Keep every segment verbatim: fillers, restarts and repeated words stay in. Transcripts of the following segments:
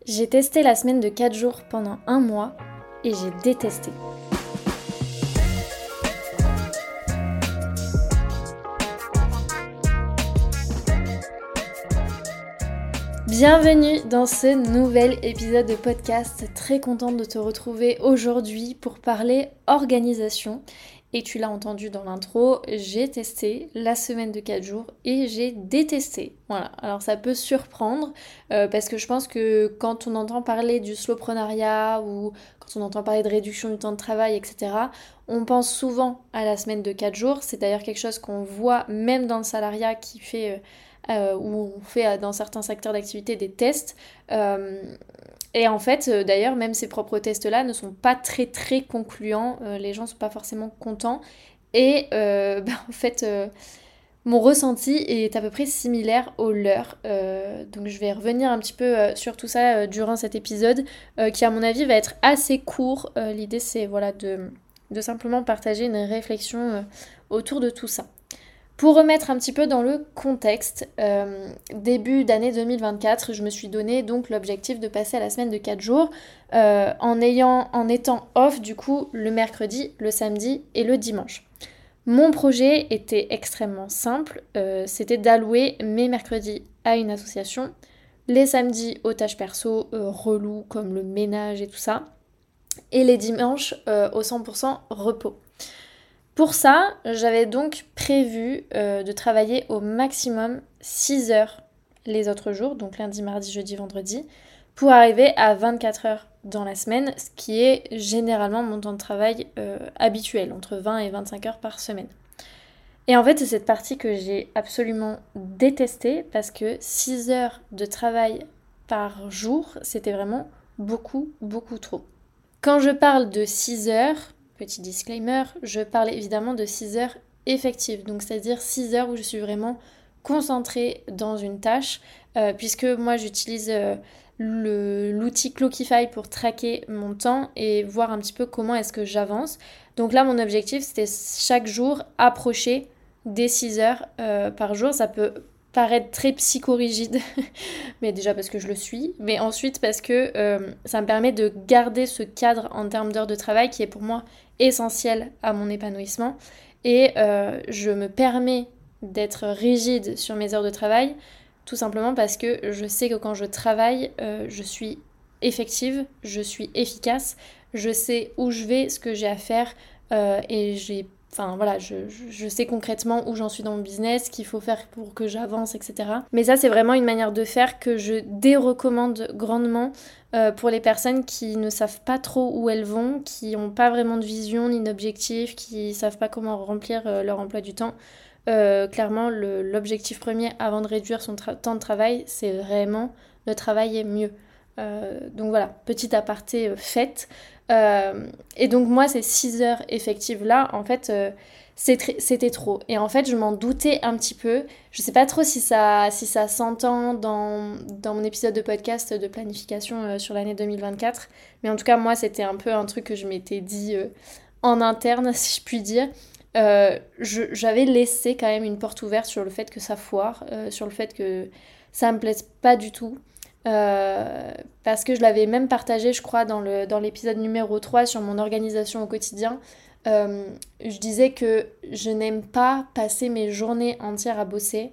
J'ai testé la semaine de quatre jours pendant un mois et j'ai détesté. Bienvenue dans ce nouvel épisode de podcast. Très contente de te retrouver aujourd'hui pour parler organisation. Et tu l'as entendu dans l'intro, j'ai testé la semaine de quatre jours et j'ai détesté. Voilà, alors ça peut surprendre euh, parce que je pense que quand on entend parler du slowpreneuriat ou quand on entend parler de réduction du temps de travail, et cetera, on pense souvent à la semaine de quatre jours. C'est d'ailleurs quelque chose qu'on voit même dans le salariat qui fait... Euh, euh, où on fait euh, dans certains secteurs d'activité des tests. Euh, Et en fait, euh, d'ailleurs, même ces propres tests-là ne sont pas très très concluants. Euh, les gens ne sont pas forcément contents. Et euh, bah, en fait, euh, mon ressenti est à peu près similaire au leur. Euh, donc je vais revenir un petit peu euh, sur tout ça euh, durant cet épisode, euh, qui à mon avis va être assez court. Euh, l'idée c'est voilà, de, de simplement partager une réflexion euh, autour de tout ça. Pour remettre un petit peu dans le contexte, euh, début d'année deux mille vingt-quatre, je me suis donné donc l'objectif de passer à la semaine de quatre jours euh, en, ayant, en étant off du coup le mercredi, le samedi et le dimanche. Mon projet était extrêmement simple, euh, c'était d'allouer mes mercredis à une association, les samedis aux tâches perso euh, reloues comme le ménage et tout ça, et les dimanches euh, au cent pour cent repos. Pour ça, j'avais donc prévu euh, de travailler au maximum six heures les autres jours, donc lundi, mardi, jeudi, vendredi, pour arriver à vingt-quatre heures dans la semaine, ce qui est généralement mon temps de travail euh, habituel, entre vingt et vingt-cinq heures par semaine. Et en fait, c'est cette partie que j'ai absolument détestée, parce que six heures de travail par jour, c'était vraiment beaucoup, beaucoup trop. Quand je parle de six heures, petit disclaimer, je parle évidemment de six heures effectives, donc c'est-à-dire six heures où je suis vraiment concentrée dans une tâche, euh, puisque moi j'utilise euh, le, l'outil Clockify pour traquer mon temps et voir un petit peu comment est-ce que j'avance. Donc là mon objectif c'était chaque jour approcher des six heures euh, par jour. Ça peut paraître très psychorigide, mais déjà parce que je le suis, mais ensuite parce que euh, ça me permet de garder ce cadre en termes d'heures de travail qui est pour moi essentiel à mon épanouissement, et euh, je me permets d'être rigide sur mes heures de travail tout simplement parce que je sais que quand je travaille, euh, je suis effective, je suis efficace, je sais où je vais, ce que j'ai à faire, euh, et j'ai Enfin voilà, je, je sais concrètement où j'en suis dans mon business, ce qu'il faut faire pour que j'avance, et cetera. Mais ça, c'est vraiment une manière de faire que je dérecommande grandement euh, pour les personnes qui ne savent pas trop où elles vont, qui n'ont pas vraiment de vision ni d'objectif, qui ne savent pas comment remplir euh, leur emploi du temps. Euh, clairement, le, l'objectif premier avant de réduire son tra- temps de travail, c'est vraiment de travailler mieux. Euh, donc voilà, petit aparté euh, fait. Euh, et donc moi, ces six heures effectives là, en fait, euh, c'était trop. Et en fait, je m'en doutais un petit peu. Je sais pas trop si ça, si ça s'entend dans, dans mon épisode de podcast de planification euh, sur l'année deux mille vingt-quatre. Mais en tout cas, moi, c'était un peu un truc que je m'étais dit euh, en interne, si je puis dire. Euh, je, j'avais laissé quand même une porte ouverte sur le fait que ça foire, euh, sur le fait que ça me plaise pas du tout. Euh, parce que je l'avais même partagé, je crois, dans, le, dans l'épisode numéro trois sur mon organisation au quotidien. Euh, je disais que je n'aime pas passer mes journées entières à bosser,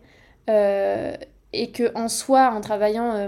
euh, et que en soi, en travaillant, euh,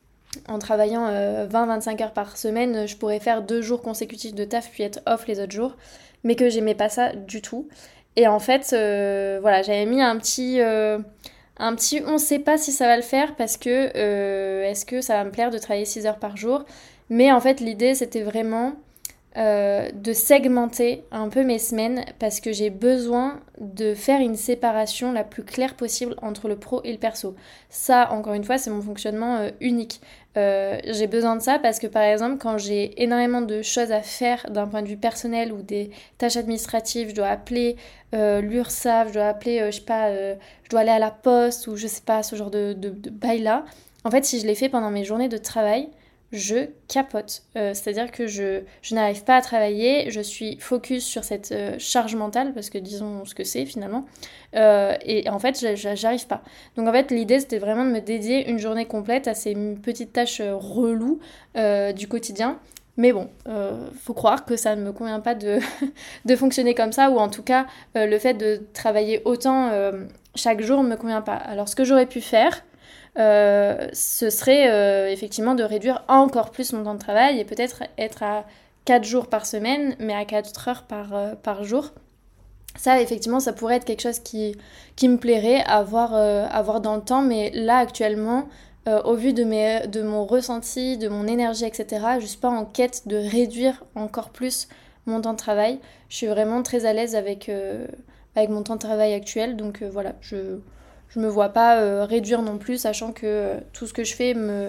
en travaillant euh, vingt à vingt-cinq heures par semaine, je pourrais faire deux jours consécutifs de taf puis être off les autres jours, mais que j'aimais pas ça du tout. Et en fait, euh, voilà, j'avais mis un petit... Euh, un petit on sait pas si ça va le faire parce que euh, est-ce que ça va me plaire de travailler six heures par jour. Mais en fait l'idée c'était vraiment euh, de segmenter un peu mes semaines parce que j'ai besoin de faire une séparation la plus claire possible entre le pro et le perso. Ça, encore une fois, c'est mon fonctionnement euh, unique. Euh, j'ai besoin de ça parce que par exemple quand j'ai énormément de choses à faire d'un point de vue personnel ou des tâches administratives, je dois appeler euh, l'URSSAF, je dois appeler, euh, je sais pas, euh, je dois aller à la poste ou je sais pas, ce genre de, de, de bail là. En fait, si je l'ai fait pendant mes journées de travail, je capote. Euh, c'est-à-dire que je, je n'arrive pas à travailler, je suis focus sur cette euh, charge mentale, parce que disons ce que c'est finalement, euh, et en fait, j'arrive pas. Donc en fait, l'idée, c'était vraiment de me dédier une journée complète à ces petites tâches euh, reloues euh, du quotidien. Mais bon, euh, faut croire que ça ne me convient pas de, de fonctionner comme ça, ou en tout cas, euh, le fait de travailler autant euh, chaque jour ne me convient pas. Alors ce que j'aurais pu faire, euh, ce serait euh, effectivement de réduire encore plus mon temps de travail et peut-être être à quatre jours par semaine, mais à quatre heures par, euh, par jour. Ça, effectivement, ça pourrait être quelque chose qui, qui me plairait à voir, euh, à voir dans le temps, mais là, actuellement, euh, au vu de, mes, de mon ressenti, de mon énergie, et cetera, je suis pas en quête de réduire encore plus mon temps de travail. Je suis vraiment très à l'aise avec, euh, avec mon temps de travail actuel, donc euh, voilà, je je me vois pas euh, réduire non plus, sachant que euh, tout ce que je fais me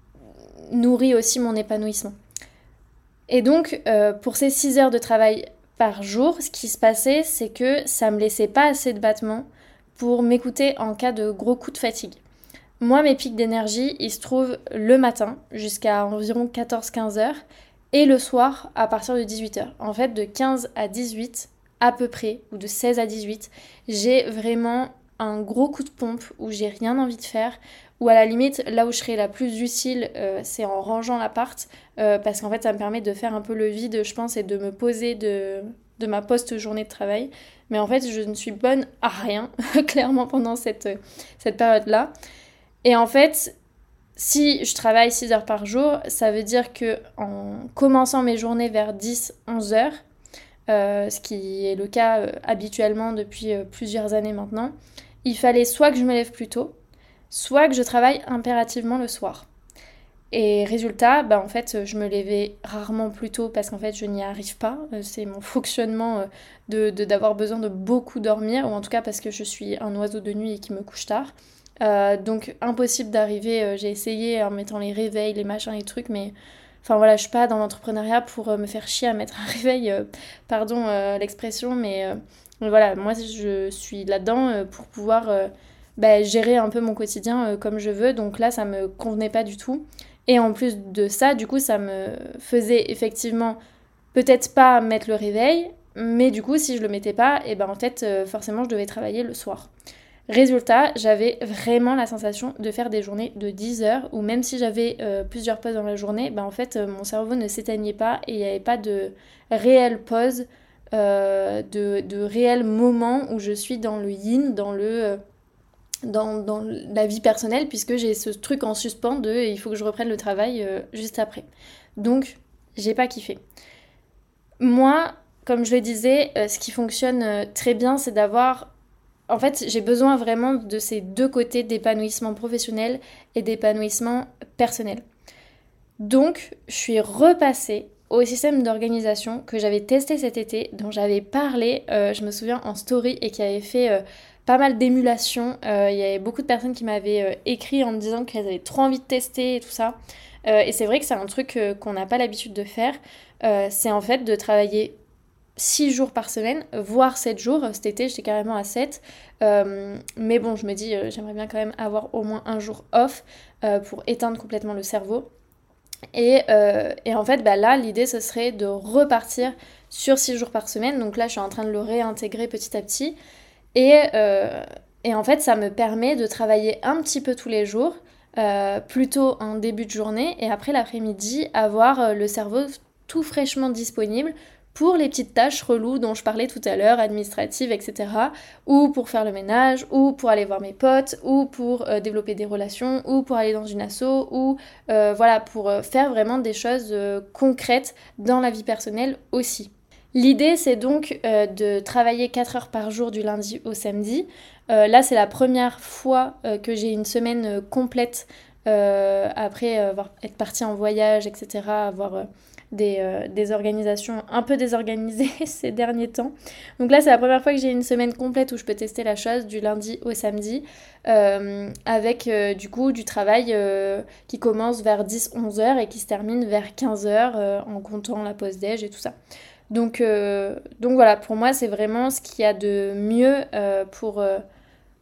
nourrit aussi mon épanouissement. Et donc, euh, pour ces six heures de travail par jour, ce qui se passait, c'est que ça me laissait pas assez de battements pour m'écouter en cas de gros coup de fatigue. Moi, mes pics d'énergie, ils se trouvent le matin, jusqu'à environ quatorze quinze heures, et le soir, à partir de dix-huit heures. En fait, de quinze à dix-huit, à peu près, ou de seize à dix-huit, j'ai vraiment un gros coup de pompe où j'ai rien envie de faire, ou à la limite, là où je serais la plus utile, euh, c'est en rangeant l'appart, euh, parce qu'en fait, ça me permet de faire un peu le vide, je pense, et de me poser de, de ma post-journée de travail. Mais en fait, je ne suis bonne à rien, clairement, pendant cette, cette période-là. Et en fait, si je travaille six heures par jour, ça veut dire que en commençant mes journées vers dix onze heures, euh, ce qui est le cas euh, habituellement depuis euh, plusieurs années maintenant, il fallait soit que je me lève plus tôt, soit que je travaille impérativement le soir. Et résultat, bah en fait, je me levais rarement plus tôt parce qu'en fait, je n'y arrive pas. C'est mon fonctionnement de, de, d'avoir besoin de beaucoup dormir, ou en tout cas parce que je suis un oiseau de nuit et qui me couche tard. Euh, donc impossible d'arriver, j'ai essayé en mettant les réveils, les machins, les trucs, mais enfin voilà, je suis pas dans l'entrepreneuriat pour me faire chier à mettre un réveil, euh, pardon euh, l'expression, mais, euh, mais voilà, moi je suis là-dedans euh, pour pouvoir euh, bah, gérer un peu mon quotidien euh, comme je veux, donc là ça me convenait pas du tout. Et en plus de ça, du coup, ça me faisait effectivement peut-être pas mettre le réveil, mais du coup, si je le mettais pas, et ben en fait, euh, forcément, je devais travailler le soir. Résultat, j'avais vraiment la sensation de faire des journées de dix heures, où même si j'avais euh, plusieurs pauses dans la journée, ben en fait, euh, mon cerveau ne s'éteignait pas et il n'y avait pas de réelle pause, euh, de, de réel moment où je suis dans le yin, dans le... Euh, Dans, dans la vie personnelle, puisque j'ai ce truc en suspens de il faut que je reprenne le travail euh, juste après. Donc, j'ai pas kiffé. Moi, comme je le disais, euh, ce qui fonctionne euh, très bien, c'est d'avoir... En fait, j'ai besoin vraiment de ces deux côtés d'épanouissement professionnel et d'épanouissement personnel. Donc, je suis repassée au système d'organisation que j'avais testé cet été, dont j'avais parlé, euh, je me souviens, en story, et qui avait fait euh, pas mal d'émulation. Euh, Il y avait beaucoup de personnes qui m'avaient euh, écrit en me disant qu'elles avaient trop envie de tester et tout ça. Euh, et c'est vrai que c'est un truc euh, qu'on n'a pas l'habitude de faire. Euh, c'est en fait de travailler six jours par semaine, voire sept jours. Cet été, j'étais carrément à sept. Euh, mais bon, je me dis, euh, j'aimerais bien quand même avoir au moins un jour off euh, pour éteindre complètement le cerveau. Et, euh, et en fait, bah là, l'idée, ce serait de repartir sur six jours par semaine. Donc là, je suis en train de le réintégrer petit à petit. Et, euh, et en fait, ça me permet de travailler un petit peu tous les jours, euh, plutôt en début de journée, et après l'après-midi, avoir le cerveau tout fraîchement disponible pour les petites tâches reloues dont je parlais tout à l'heure, administratives, et cetera. Ou pour faire le ménage, ou pour aller voir mes potes, ou pour euh, développer des relations, ou pour aller dans une asso, ou euh, voilà, pour euh, faire vraiment des choses euh, concrètes dans la vie personnelle aussi. L'idée, c'est donc euh, de travailler quatre heures par jour du lundi au samedi. Euh, là, c'est la première fois euh, que j'ai une semaine euh, complète euh, après avoir être partie en voyage, et cetera, avoir euh, des, euh, des organisations un peu désorganisées ces derniers temps. Donc là, c'est la première fois que j'ai une semaine complète où je peux tester la chose du lundi au samedi, euh, avec euh, du coup du travail euh, qui commence vers dix onze heures et qui se termine vers quinze heures euh, en comptant la pause déj et tout ça. Donc, euh, donc voilà, pour moi, c'est vraiment ce qu'il y a de mieux euh, pour, euh,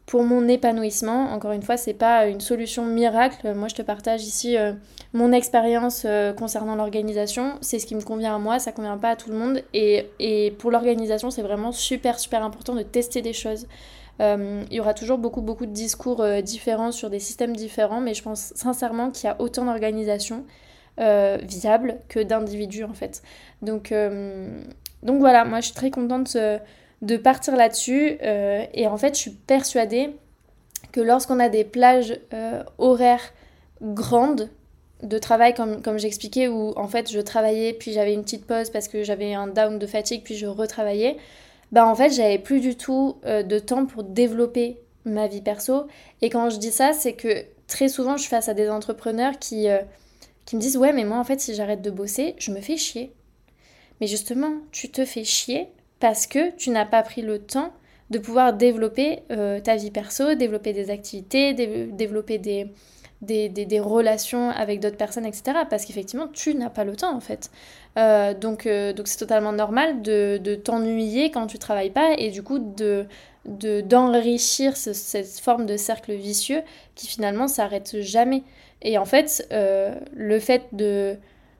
pour mon épanouissement. Encore une fois, c'est pas une solution miracle. Moi, je te partage ici euh, mon expérience euh, concernant l'organisation. C'est ce qui me convient à moi, ça convient pas à tout le monde. Et, et pour l'organisation, c'est vraiment super, super important de tester des choses. Euh, il y aura toujours beaucoup, beaucoup de discours euh, différents sur des systèmes différents, mais je pense sincèrement qu'il y a autant d'organisations euh, viables que d'individus, en fait. Donc, euh, donc voilà, moi, je suis très contente de... de partir là-dessus euh, et en fait je suis persuadée que lorsqu'on a des plages euh, horaires grandes de travail comme, comme j'expliquais où en fait je travaillais puis j'avais une petite pause parce que j'avais un down de fatigue puis je retravaillais, bah en fait j'avais plus du tout euh, de temps pour développer ma vie perso. Et quand je dis ça, c'est que très souvent je suis face à des entrepreneurs qui, euh, qui me disent ouais mais moi en fait si j'arrête de bosser je me fais chier. Mais justement tu te fais chier parce que tu n'as pas pris le temps de pouvoir développer euh, ta vie perso, développer des activités, dé- développer des, des, des, des relations avec d'autres personnes, et cetera. Parce qu'effectivement, tu n'as pas le temps, en fait. Euh, donc, euh, donc c'est totalement normal de, de t'ennuyer quand tu travailles pas et du coup de, de, d'enrichir ce, cette forme de cercle vicieux qui finalement s'arrête jamais. Et en fait, euh, le fait de...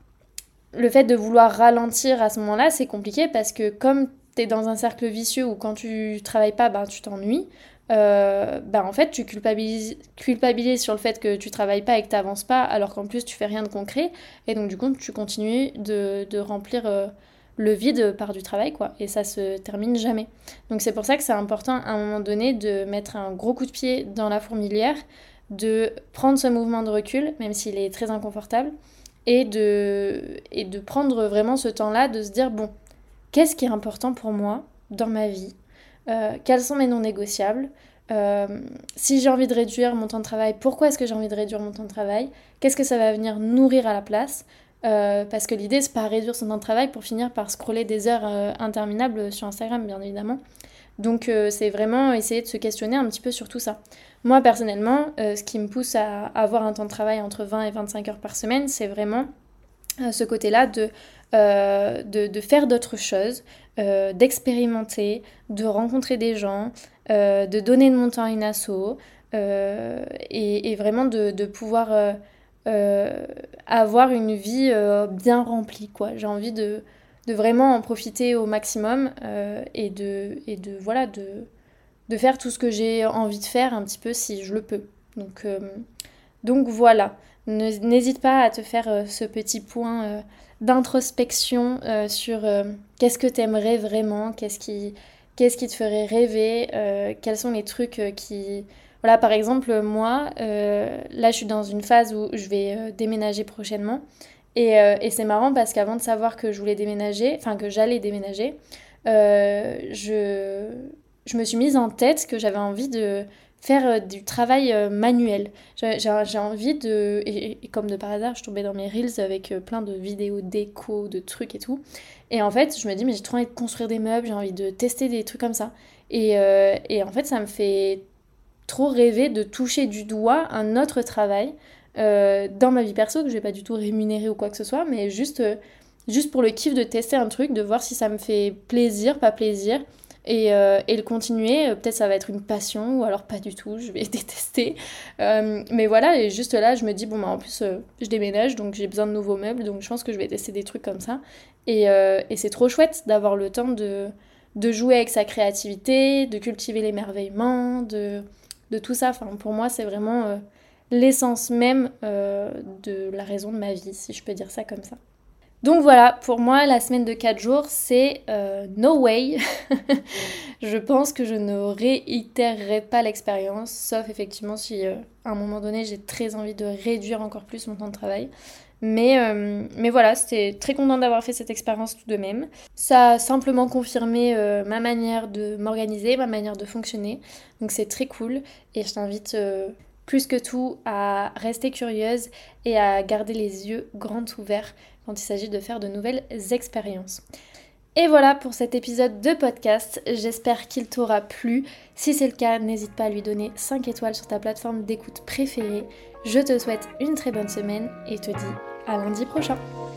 Le fait de vouloir ralentir à ce moment-là, c'est compliqué parce que comme t'es dans un cercle vicieux où quand tu travailles pas, ben, tu t'ennuies, euh, ben, en fait tu culpabilises, culpabilises sur le fait que tu travailles pas et que t'avances pas alors qu'en plus tu fais rien de concret et donc du coup tu continues de, de remplir euh, le vide par du travail quoi et ça se termine jamais. Donc c'est pour ça que c'est important à un moment donné de mettre un gros coup de pied dans la fourmilière, de prendre ce mouvement de recul même s'il est très inconfortable et de, et de prendre vraiment ce temps-là de se dire bon, qu'est-ce qui est important pour moi dans ma vie, euh, quels sont mes non négociables, euh, si j'ai envie de réduire mon temps de travail, pourquoi est-ce que j'ai envie de réduire mon temps de travail, qu'est-ce que ça va venir nourrir à la place, euh, parce que l'idée c'est pas réduire son temps de travail pour finir par scroller des heures euh, interminables sur Instagram bien évidemment. Donc euh, c'est vraiment essayer de se questionner un petit peu sur tout ça. Moi personnellement, euh, ce qui me pousse à avoir un temps de travail entre vingt et vingt-cinq heures par semaine, c'est vraiment euh, ce côté-là de, euh, de, de faire d'autres choses, euh, d'expérimenter, de rencontrer des gens, euh, de donner de mon temps à une asso euh, et, et vraiment de, de pouvoir euh, euh, avoir une vie euh, bien remplie, quoi. J'ai envie de, de vraiment en profiter au maximum euh, et, de, et de, voilà, de, de faire tout ce que j'ai envie de faire un petit peu si je le peux. Donc, euh, donc voilà, n'hésite pas à te faire euh, ce petit point euh, d'introspection euh, sur euh, qu'est-ce que tu aimerais vraiment, qu'est-ce qui, qu'est-ce qui te ferait rêver, euh, quels sont les trucs euh, qui... Voilà, par exemple, moi, euh, là, je suis dans une phase où je vais euh, déménager prochainement. Et, euh, et c'est marrant parce qu'avant de savoir que je voulais déménager, enfin que j'allais déménager, euh, je, je me suis mise en tête que j'avais envie de faire euh, du travail euh, manuel. J'ai, j'ai, j'ai envie de... Et, et comme de par hasard, je tombais dans mes reels avec euh, plein de vidéos déco, de trucs et tout. Et en fait, je me dis, mais j'ai trop envie de construire des meubles, j'ai envie de tester des trucs comme ça. Et, euh, et en fait, ça me fait trop rêver de toucher du doigt un autre travail euh, dans ma vie perso, que je vais pas du tout rémunérer ou quoi que ce soit, mais juste, euh, juste pour le kiff de tester un truc, de voir si ça me fait plaisir, pas plaisir, et, euh, et le continuer. Peut-être ça va être une passion, ou alors pas du tout, je vais détester. Euh, mais voilà, et juste là, je me dis, bon, bah, en plus, euh, je déménage, donc j'ai besoin de nouveaux meubles, donc je pense que je vais tester des trucs comme ça. Et, euh, et c'est trop chouette d'avoir le temps de, de jouer avec sa créativité, de cultiver l'émerveillement, de, de tout ça. Enfin, pour moi, c'est vraiment euh, l'essence même euh, de la raison de ma vie, si je peux dire ça comme ça. Donc voilà, pour moi, la semaine de quatre jours, c'est euh, no way. Je pense que je ne réitérerai pas l'expérience, sauf effectivement si euh, à un moment donné, j'ai très envie de réduire encore plus mon temps de travail. Mais, euh, mais voilà, c'était très contente d'avoir fait cette expérience tout de même. Ça a simplement confirmé euh, ma manière de m'organiser, ma manière de fonctionner. Donc c'est très cool et je t'invite euh, plus que tout à rester curieuse et à garder les yeux grands ouverts quand il s'agit de faire de nouvelles expériences. Et voilà pour cet épisode de podcast, j'espère qu'il t'aura plu. Si c'est le cas, n'hésite pas à lui donner cinq étoiles sur ta plateforme d'écoute préférée. Je te souhaite une très bonne semaine et te dis à lundi prochain.